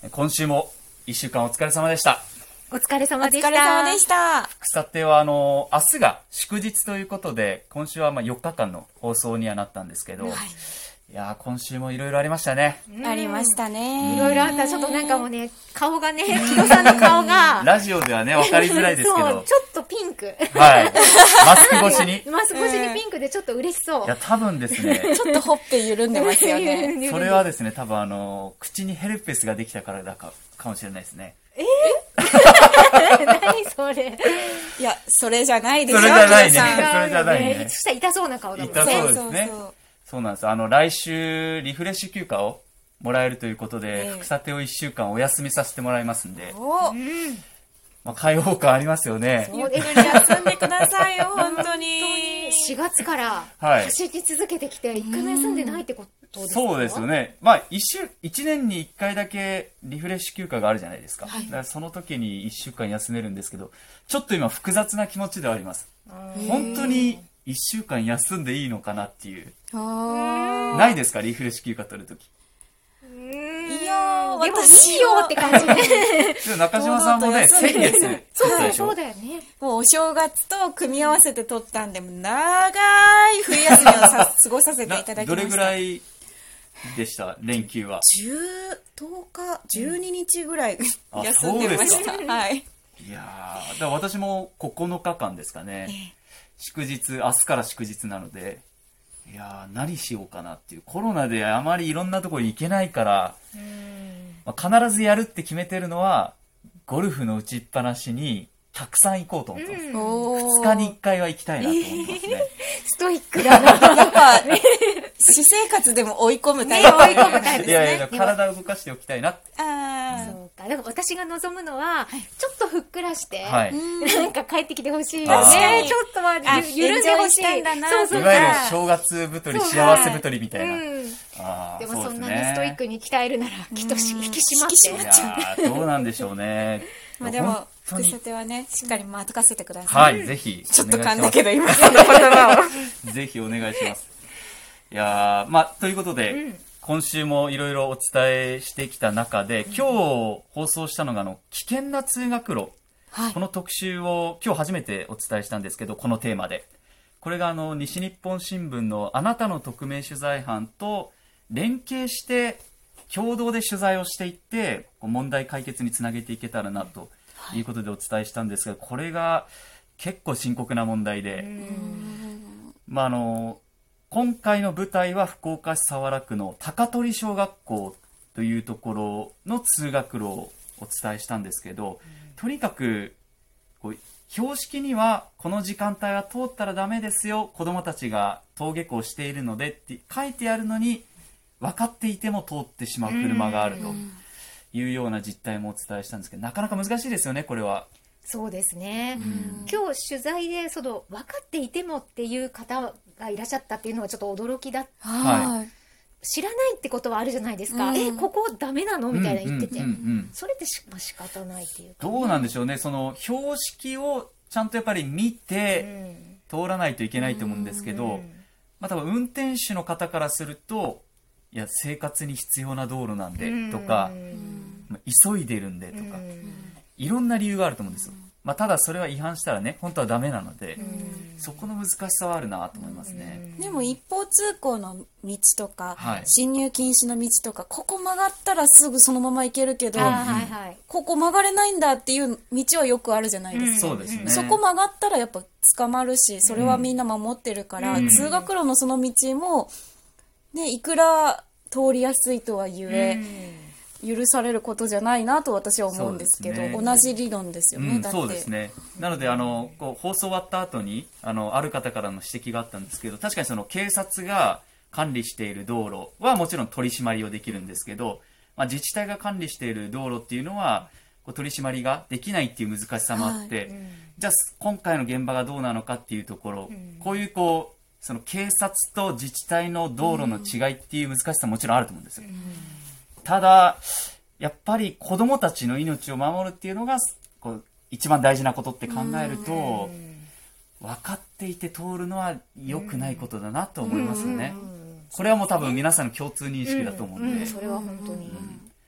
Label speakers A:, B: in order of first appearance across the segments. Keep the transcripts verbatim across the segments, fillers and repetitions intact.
A: 今週もいっしゅうかんお疲れ様でした。
B: お疲れ様でした。
C: お疲れ様でした。
A: 福さてはあの明日が祝日ということで、今週はまあよっかかんの放送にはなったんですけど、はい、いやー今週もいろいろありましたね。
C: ありましたね。
B: いろいろあった。ちょっとなんかもうね、顔がね、木戸さんの顔が
A: ラジオではね分かりづらいですけど、
B: そうちょっとピンク。
A: はい。マスク越しに。
B: マスク越しにピンクでちょっと嬉しそう。
A: いや多分ですね。
C: ちょっとほっぺ緩んでますよね。
A: それはですね、多分あの口にヘルペスができたからだかかもしれないですね。
B: えー、何それ。
C: いや、それじゃないでしょ。
A: それじゃないね。それじゃないね。
B: そしたら痛そうな顔だもんね。
A: 痛そうですね。そうそうそうそうなんです。あの来週リフレッシュ休暇をもらえるということで、えー、福さてをいっしゅうかんお休みさせてもらいますんで、
C: お、
A: うんまあ、開放感ありますよね。
C: ゆっくり休んでくださいよ本当に。
B: しがつから走り続けてきていっかいも休んでないってことですか？
A: そうですよね。まあ一週一年にいっかいだけリフレッシュ休暇があるじゃないですか。はい、だからその時にいっしゅうかん休めるんですけど、ちょっと今複雑な気持ちではあります。本当にいっしゅうかん休んでいいのかなっていう。あないですか、リフレッシュ休暇取るとき。
C: いやー、
B: でもいいよって感じね。
A: でも中島さんもね、先月取ったでしょ。
B: そうだよね。
C: もうお正月と組み合わせて取ったんで、長い冬休みをさ過ごさせていただきました。
A: どれぐらいでした連休は？
C: じゅう、とおか、じゅうににちぐらい休んでました。はい。
A: いやー、だから私もここのかかんですかね。ええ、祝日、明日から祝日なので、いやー何しようかなっていう。コロナであまりいろんなところに行けないから、まあ、必ずやるって決めてるのはゴルフの打ちっぱなしにたくさん行こうと思ってます。ふつかにいっかいは行きたいなと思いますね。
B: ストイックだな。
C: やっぱ私生活でも追い込むタイプ。
B: 追い込むタイプですね。
A: いやいや体を動かしておきたいなって。
B: ああ、そうか。だから私が望むのは、ちょっとふっくらして、はい、なんか帰ってきてほしいよね。ちょっとは緩んでほしいんだな。
A: そうそう。いわゆる正月太り、幸せ太りみたいな。
B: でもそんなにストイックに鍛えるならきっと引き締まって。
A: いやどうなんでしょうね。
C: まあでも福さてはね、しっかり任せてください。
A: はい、ぜひ。
C: ちょっと噛んだけど今その言葉
A: を。ぜひお願いします。いやまあということで、うん、今週もいろいろお伝えしてきた中で、今日放送したのがあの危険な通学路、はい、この特集を今日初めてお伝えしたんですけど、このテーマでこれがあの西日本新聞のあなたの特命取材班と連携して共同で取材をしていって問題解決につなげていけたらなということでお伝えしたんですが、これが結構深刻な問題で、まああの今回の舞台は福岡市早良区の高取小学校というところの通学路をお伝えしたんですけど、とにかくこう標識にはこの時間帯は通ったらダメですよ、子どもたちが登下校しているのでって書いてあるのに分かっていても通ってしまう車があるというような実態もお伝えしたんですけど、なかなか難しいですよね、これは。
B: そうですね、うん、今日取材でその分かっていてもっていう方がいらっしゃったっていうのはちょっと驚きだった、はい、知らないってことはあるじゃないですか、うん、えここダメなのみたいな言ってて、うんうんうんうん、それってし、まあ、仕方ないっていうか、
A: どうなんでしょうね、その標識をちゃんとやっぱり見て通らないといけないと思うんですけど、うんうんまあ、多分運転手の方からするといや生活に必要な道路なんでとか、まあ、急いでるんでとか、いろんな理由があると思うんですよ。まあ、ただそれは違反したらね本当はダメなので、そこの難しさはあるなと思いますね。
C: でも一方通行の道とか、はい、進入禁止の道とかここ曲がったらすぐそのまま行けるけど、うん、ここ曲がれないんだっていう道はよくあるじゃないですか、
A: うん、そうですね、
C: そこ曲がったらやっぱ捕まるし、それはみんな守ってるから、うん、通学路のその道も、ね、いくら通りやすいとはいえ、うん、許されることじゃないなと私は思うんですけど、ね、同じ理論ですよね、
A: うん、
C: だって。
A: そうですね。なのであのこう放送終わった後にあのある方からの指摘があったんですけど、確かにその警察が管理している道路はもちろん取り締まりをできるんですけど、まあ、自治体が管理している道路っていうのはこう取り締まりができないっていう難しさもあって、はいうん、じゃあ今回の現場がどうなのかっていうところ、うん、こういうこうその警察と自治体の道路の違いっていう難しさももちろんあると思うんですよ、うん、ただやっぱり子どもたちの命を守るっていうのがこう一番大事なことって考えると、うん、分かっていて通るのは良くないことだなと思いますよね、うんうんうん、これはもう多分皆さんの共通認識だと思うんで、
B: うんうん、それは本当に、
A: うん、あ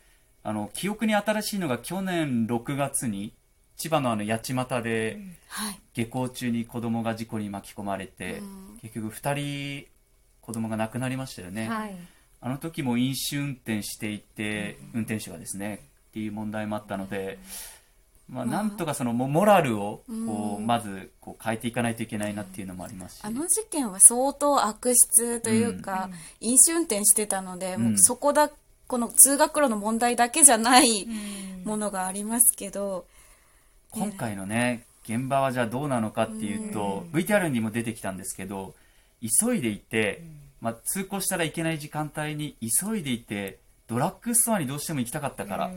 A: あの記憶に新しいのが去年ろくがつに千葉のあの八街で下校中に子供が事故に巻き込まれて、うん、結局ふたり子供が亡くなりましたよね、はい、あの時も飲酒運転していて、うん、運転手がですねっていう問題もあったので、まあ、なんとかそのモラルをこうまずこう変えていかないといけないなっていうのもありますし、
C: あの事件は相当悪質というか、うん、飲酒運転してたので、うん、もうそこだこの通学路の問題だけじゃないものがありますけど、
A: 今回のね現場はじゃあどうなのかっていうと、うん、ブイティーアール にも出てきたんですけど、急いでいて、まあ、通行したらいけない時間帯に急いでいてドラッグストアにどうしても行きたかったから、うん、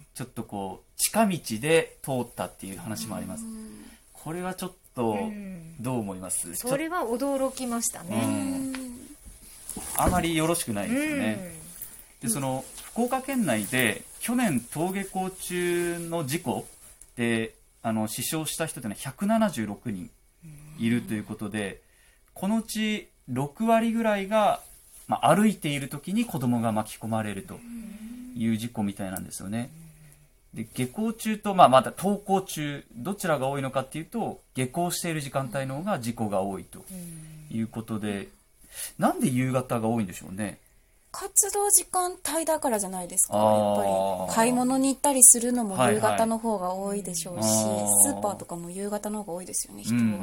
A: ちょっとこう近道で通ったっていう話もあります、うん、これはちょっとどう思います？うん、
B: それは驚きましたね、うん、
A: あまりよろしくないですよね、うん、でその福岡県内で去年登下校中の事故であの死傷した人というのはひゃくななじゅうろくにんいるということで、このうちろくわりぐらいが、まあ、歩いている時に子供が巻き込まれるという事故みたいなんですよね。で下校中と、まあ、また登校中どちらが多いのかっていうと、下校している時間帯の方が事故が多いということで、なんで夕方が多いんでしょうね。
C: 活動時間帯だからじゃないですか。やっぱり買い物に行ったりするのも夕方の方が多いでしょうし、はいはい、スーパーとかも夕方の方が多いですよね、人は、うんうんうんうん、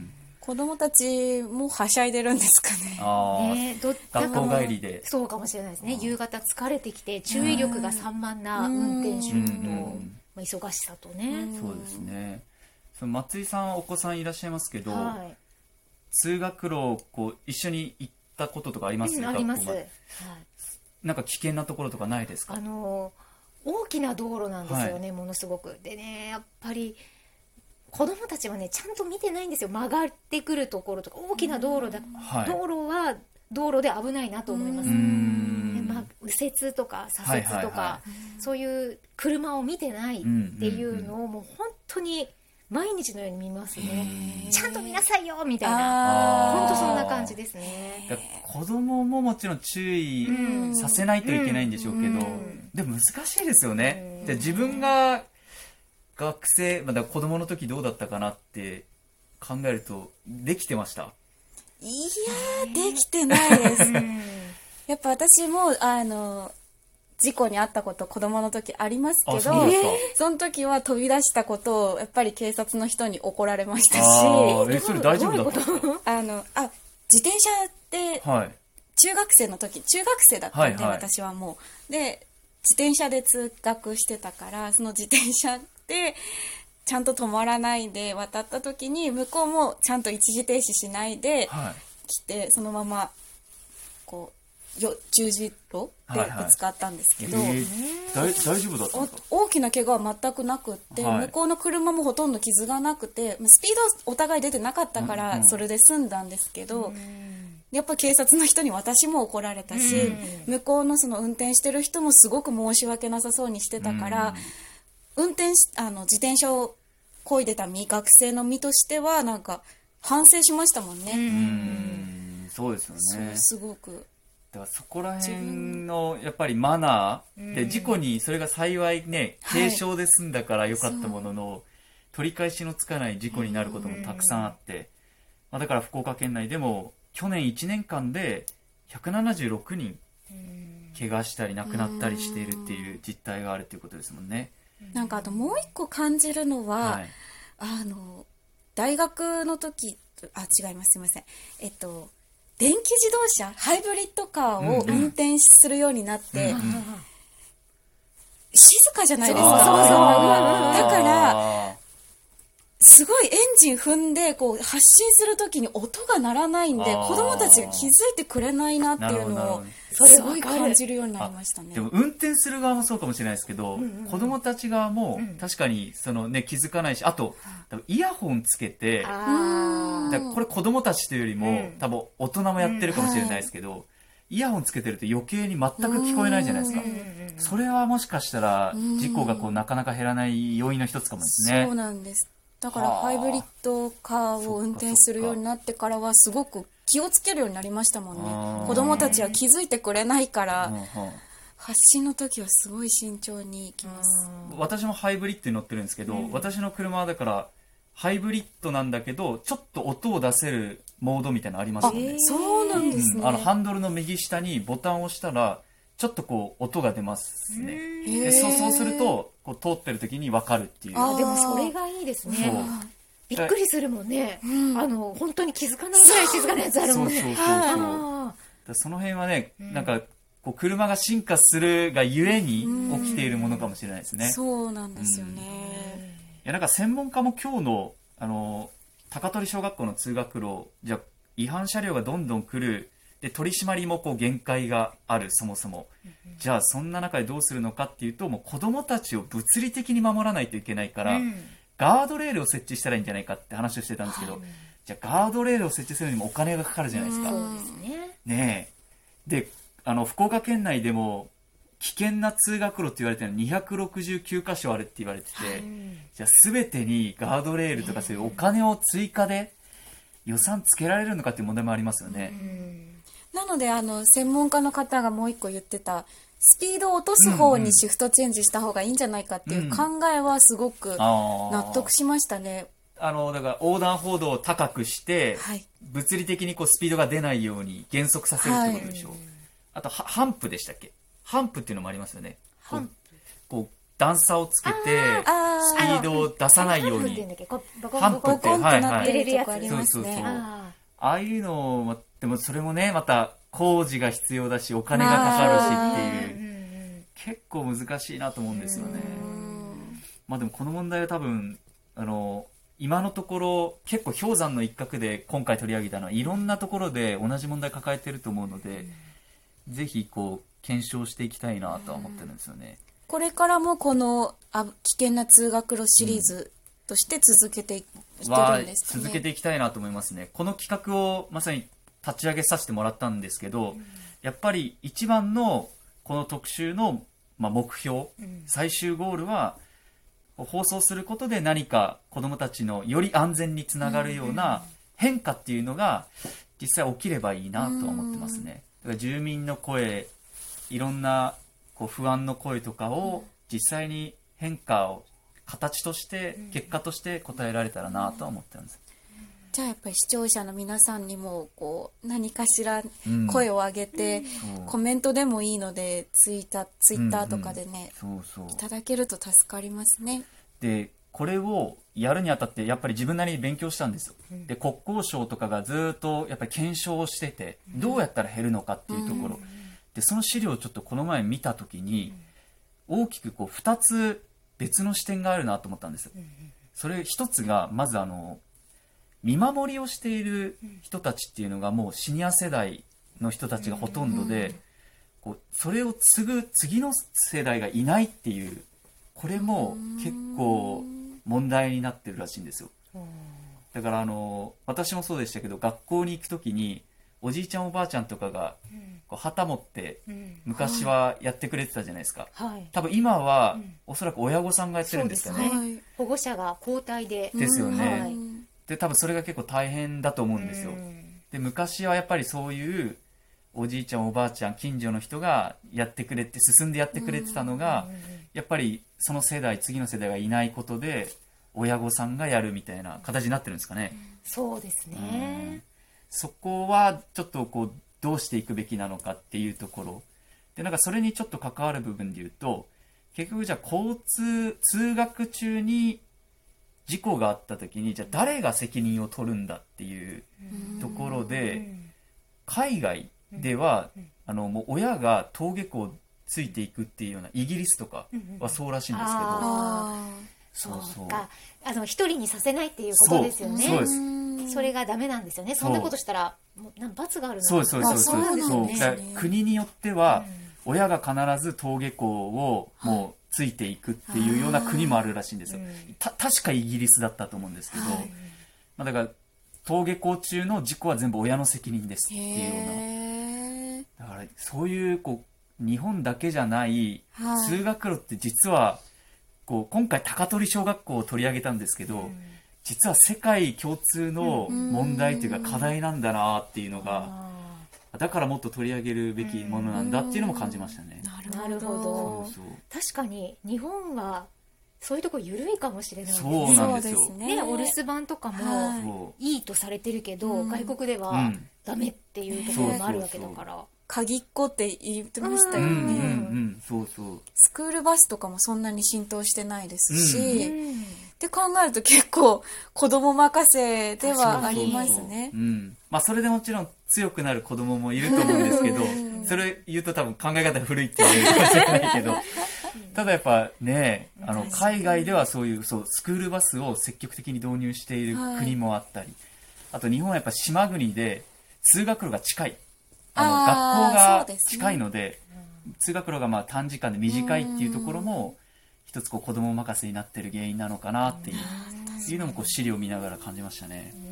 C: 子供たちもはしゃいでるんですかね。
A: あ、ね、ど学校帰りで
B: そうかもしれないですね。夕方疲れてきて注意力が散漫な運転手と、まあ、忙しさとね。
A: そうですね。その松井さんお子さんいらっしゃいますけど、はい、通学路をこう一緒に行ったこととかあります？
B: うん、あります、はい、
A: なんか危険なところとかないですか？
B: あの大きな道路なんですよね、はい、ものすごくでね、やっぱり子どもたちはねちゃんと見てないんですよ。曲がってくるところとか大きな道路だ、はい、道路は道路で危ないなと思います。うーん、まあ、右折とか左折とか、はいはいはい、そういう車を見てないっていうのをもう本当に毎日のように見ますね。ちゃんと見なさいよみたいな、本当そんな感じですね。
A: 子供ももちろん注意させないといけないんでしょうけど、でも難しいですよね。で自分が学生、まだ子供の時どうだったかなって考えるとできてました？
C: いやーできてないですやっぱ私もあの事故に遭ったこと子供の時ありますけど、 そ, その時は飛び出したことをやっぱり警察の人に怒られましたし、
A: えそれ大丈夫だった
C: あのあ自転車で中学生の時、中学生だったんで、はいはい、私はもうで自転車で通学してたから、その自転車でちゃんと止まらないで渡った時に向こうもちゃんと一時停止しないで来て、はい、そのままこうよ十字路でぶつかったんですけど、はいはい、え
A: ー、大丈夫だったんですか？
C: 大きな怪我は全くなくって、はい、向こうの車もほとんど傷がなくて、スピードお互い出てなかったからそれで済んだんですけど、うんうん、やっぱ警察の人に私も怒られたし、うん、向こうのその運転してる人もすごく申し訳なさそうにしてたから、うん、運転しあの自転車を漕いでた身、学生の身としてはなんか反省しましたもんね。うん、
A: そうですよね。
C: そうすごく
A: だからそこら辺のやっぱりマナーで、事故にそれが幸いね軽傷で済んだから良かったものの、はい、取り返しのつかない事故になることもたくさんあって、まあ、だから福岡県内でも去年いちねんかんでひゃくななじゅうろくにん怪我したり亡くなったりしているっていう実態があるということですもんね。
C: なんかあともう一個感じるのは、はい、あの大学の時あ違いますすいませんえっと電気自動車ハイブリッドカーを運転するようになって、うんうん、静かじゃないですか。そうそうだからすごいエンジン踏んでこう発進するときに音が鳴らないんで、子供たちが気づいてくれないなっていうのをすごい感じるようになりましたね。
A: でも運転する側もそうかもしれないですけど、うんうん、子供たち側も確かにその、ね、気づかないし、あとイヤホンつけて、だこれ子供たちというよりも、うん、多分大人もやってるかもしれないですけど、うんはい、イヤホンつけてると余計に全く聞こえないじゃないですか。それはもしかしたら事故がこうなかなか減らない要因の一つかもですね。
C: そうなんです。だからハイブリッドカーを運転するようになってからはすごく気をつけるようになりましたもんね。子供たちは気づいてくれないから、 発進の時はすごい慎重に行きます。
A: 私もハイブリッドに乗ってるんですけど、うん、私の車はだからハイブリッドなんだけどちょっと音を出せるモードみたいなのありますよね。
C: そうなんですね、
A: うん、あのハンドルの右下にボタンを押したらちょっとこう音が出ますね。で そう、そうするとこう通ってる時に分かるっていう。
B: あ、でもそれがいいですね。びっくりするもんね、うん、あの本当に気づかないぐらい静かなやつあるもんね。
A: そうそうそうそう。その辺はね、うん、なんかこう車が進化するがゆえに起きているものかもしれないですね。
C: うん、そうなんですよね、
A: うん、いやなんか専門家も今日のあの高取小学校の通学路じゃ違反車両がどんどん来るで取り締まりもこう限界があるそもそも、うん、じゃあそんな中でどうするのかっていうともう子どもたちを物理的に守らないといけないから、うん、ガードレールを設置したらいいんじゃないかって話をしてたんですけど、はい、じゃあガードレールを設置するにもお金がかかるじゃないですか。
B: そうですね。
A: ねえ。で、あの福岡県内でも危険な通学路って言われてるのはにひゃくろくじゅうきゅうかしょあるって言われてて、はい、じゃあ全てにガードレールとかそういうお金を追加で予算つけられるのかっていう問題もありますよね。
C: なのであの専門家の方がもう一個言ってたスピードを落とす方にシフトチェンジした方がいいんじゃないかっていう考えはすごく納得しましたね。
A: うん、あのだから横断歩道を高くして、はい、物理的にこうスピードが出ないように減速させるってことでしょう。はい、あとハンプでしたっけ？ハンプっていうのもありますよね。
B: ハンプ
A: こう段差をつけてスピードを出さないように
C: ハンプってはいはい
A: そうそうそう。ああいうのもでもそれもねまた工事が必要だしお金がかかるしっていう結構難しいなと思うんですよね。まあでもこの問題は多分あの今のところ結構氷山の一角で今回取り上げたのはいろんなところで同じ問題抱えてると思うので、ぜひこう検証していきたいなとは思ってるんですよね。
C: これからもこのあ危険な通学路シリーズとして続けていってるんですかね。
A: 続けていきたいなと思いますね。この企画をまさに立ち上げさせてもらったんですけど、うん、やっぱり一番のこの特集の、まあ、目標、うん、最終ゴールは放送することで何か子どもたちのより安全につながるような変化っていうのが実際起きればいいなとは思ってますね。だから住民の声、いろんなこう不安の声とかを実際に変化を形として結果として答えられたらなとは思ってます。
C: じゃあやっぱり視聴者の皆さんにもこう何かしら声を上げて、うん、コメントでもいいのでツイッター、ツイッターとかでね、うんうん、そうそういただけると助かりますね。
A: でこれをやるにあたってやっぱり自分なりに勉強したんですよ。で国交省とかがずっとやっぱり検証をしててどうやったら減るのかっていうところ、うん、でその資料をちょっとこの前見た時に大きくこうふたつ別の視点があるなと思ったんですよ。それひとつがまずあの見守りをしている人たちっていうのがもうシニア世代の人たちがほとんどで、こうそれを継ぐ次の世代がいないっていうこれも結構問題になってるらしいんですよ。だからあの私もそうでしたけど学校に行く時におじいちゃんおばあちゃんとかがこう旗持って昔はやってくれてたじゃないですか、はい、多分今はおそらく親御さんがやってるんですよね、
B: ね、保護者が交代で
A: ですよね、はい、で多分それが結構大変だと思うんですよ。で昔はやっぱりそういうおじいちゃんおばあちゃん近所の人がやってくれて進んでやってくれてたのがやっぱりその世代次の世代がいないことで親御さんがやるみたいな形になってるんですかね。
B: そうですね。
A: そこはちょっとこうどうしていくべきなのかっていうところで、なんかそれにちょっと関わる部分で言うと結局じゃあ交通通学中に事故があった時にじゃあ誰が責任を取るんだっていうところで海外ではあのもう親が登下校ついていくっていうようなイギリスとかはそうらしいんですけど、
B: そうそうかあの一人にさせないっていうことですよね。
A: そうです。
B: それがダメなんですよね。そんなことしたらもうなん罰があるの。
A: そうそうそうそうそうそうそう。国によっては親が必ず登下校をもうついていくっていうような国もあるらしいんですよ。た確かイギリスだったと思うんですけど、はい、まあ、だから登下校中の事故は全部親の責任ですっていうような。だからそういうこう日本だけじゃない通学路って実はこう今回高取小学校を取り上げたんですけど、うん、実は世界共通の問題というか課題なんだなっていうのがだからもっと取り上げるべきものなんだっていうのも感じましたね。
B: なるほど。
A: そうそう、
B: 確かに日本はそういうとこ緩いかもしれないですね。
A: そうなんですよ。
C: そうですね。
B: お留守番とかもいいとされてるけど、外国ではダメっていうところもあるわけだから。
C: 鍵っ子って言ってましたよね。
A: うんうんうん、そうそう。
C: スクールバスとかもそんなに浸透してないですし、うん、って考えると結構子供任せではありますね。
A: うん、まあそれでもちろん強くなる子供もいると思うんですけど、それ言うと多分考え方が古いって言われるかもしれないけど、ただやっぱね、あの海外ではそういうそうスクールバスを積極的に導入している国もあったり、はい、あと日本はやっぱ島国で通学路が近い。あの学校が近いので、ね、うん、通学路がまあ短時間で短いっていうところも一つこう子供任せになってる原因なのかなっていう、うん、いうのもこう資料を見ながら感じましたね。うん、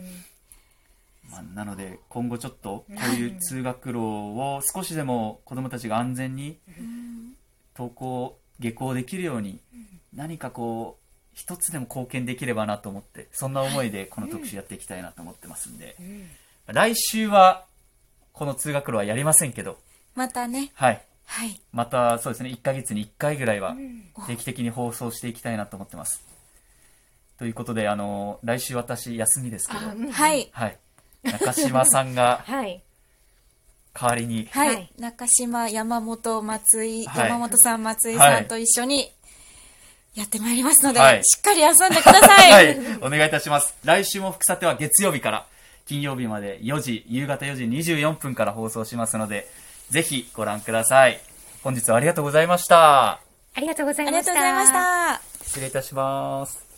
A: まあ、なので今後ちょっとこういう通学路を少しでも子供たちが安全に登校下校できるように何かこう一つでも貢献できればなと思って、そんな思いでこの特集やっていきたいなと思ってますんで、来週はこの通学路はやりませんけど、
C: またね、
A: はい、
C: はい、
A: またそうですね、いっかげつにいっかいぐらいは定期的に放送していきたいなと思ってます。ということで、あの来週私休みですけど、
C: はい、
A: はい、中島さんが代わりに、
C: はいはい、中島、山本、松井、はい、山本さん、松井さんと一緒にやってまいりますので、はい、しっかり休んでください。
A: はい、お願いいたします。来週も福さては月曜日から金曜日までよじ、夕方よじにじゅうよんぷんから放送しますので、ぜひご覧ください。本日はありがとうございました。
B: ありがとうございました。
C: ありがとうございました。
A: 失礼いたします。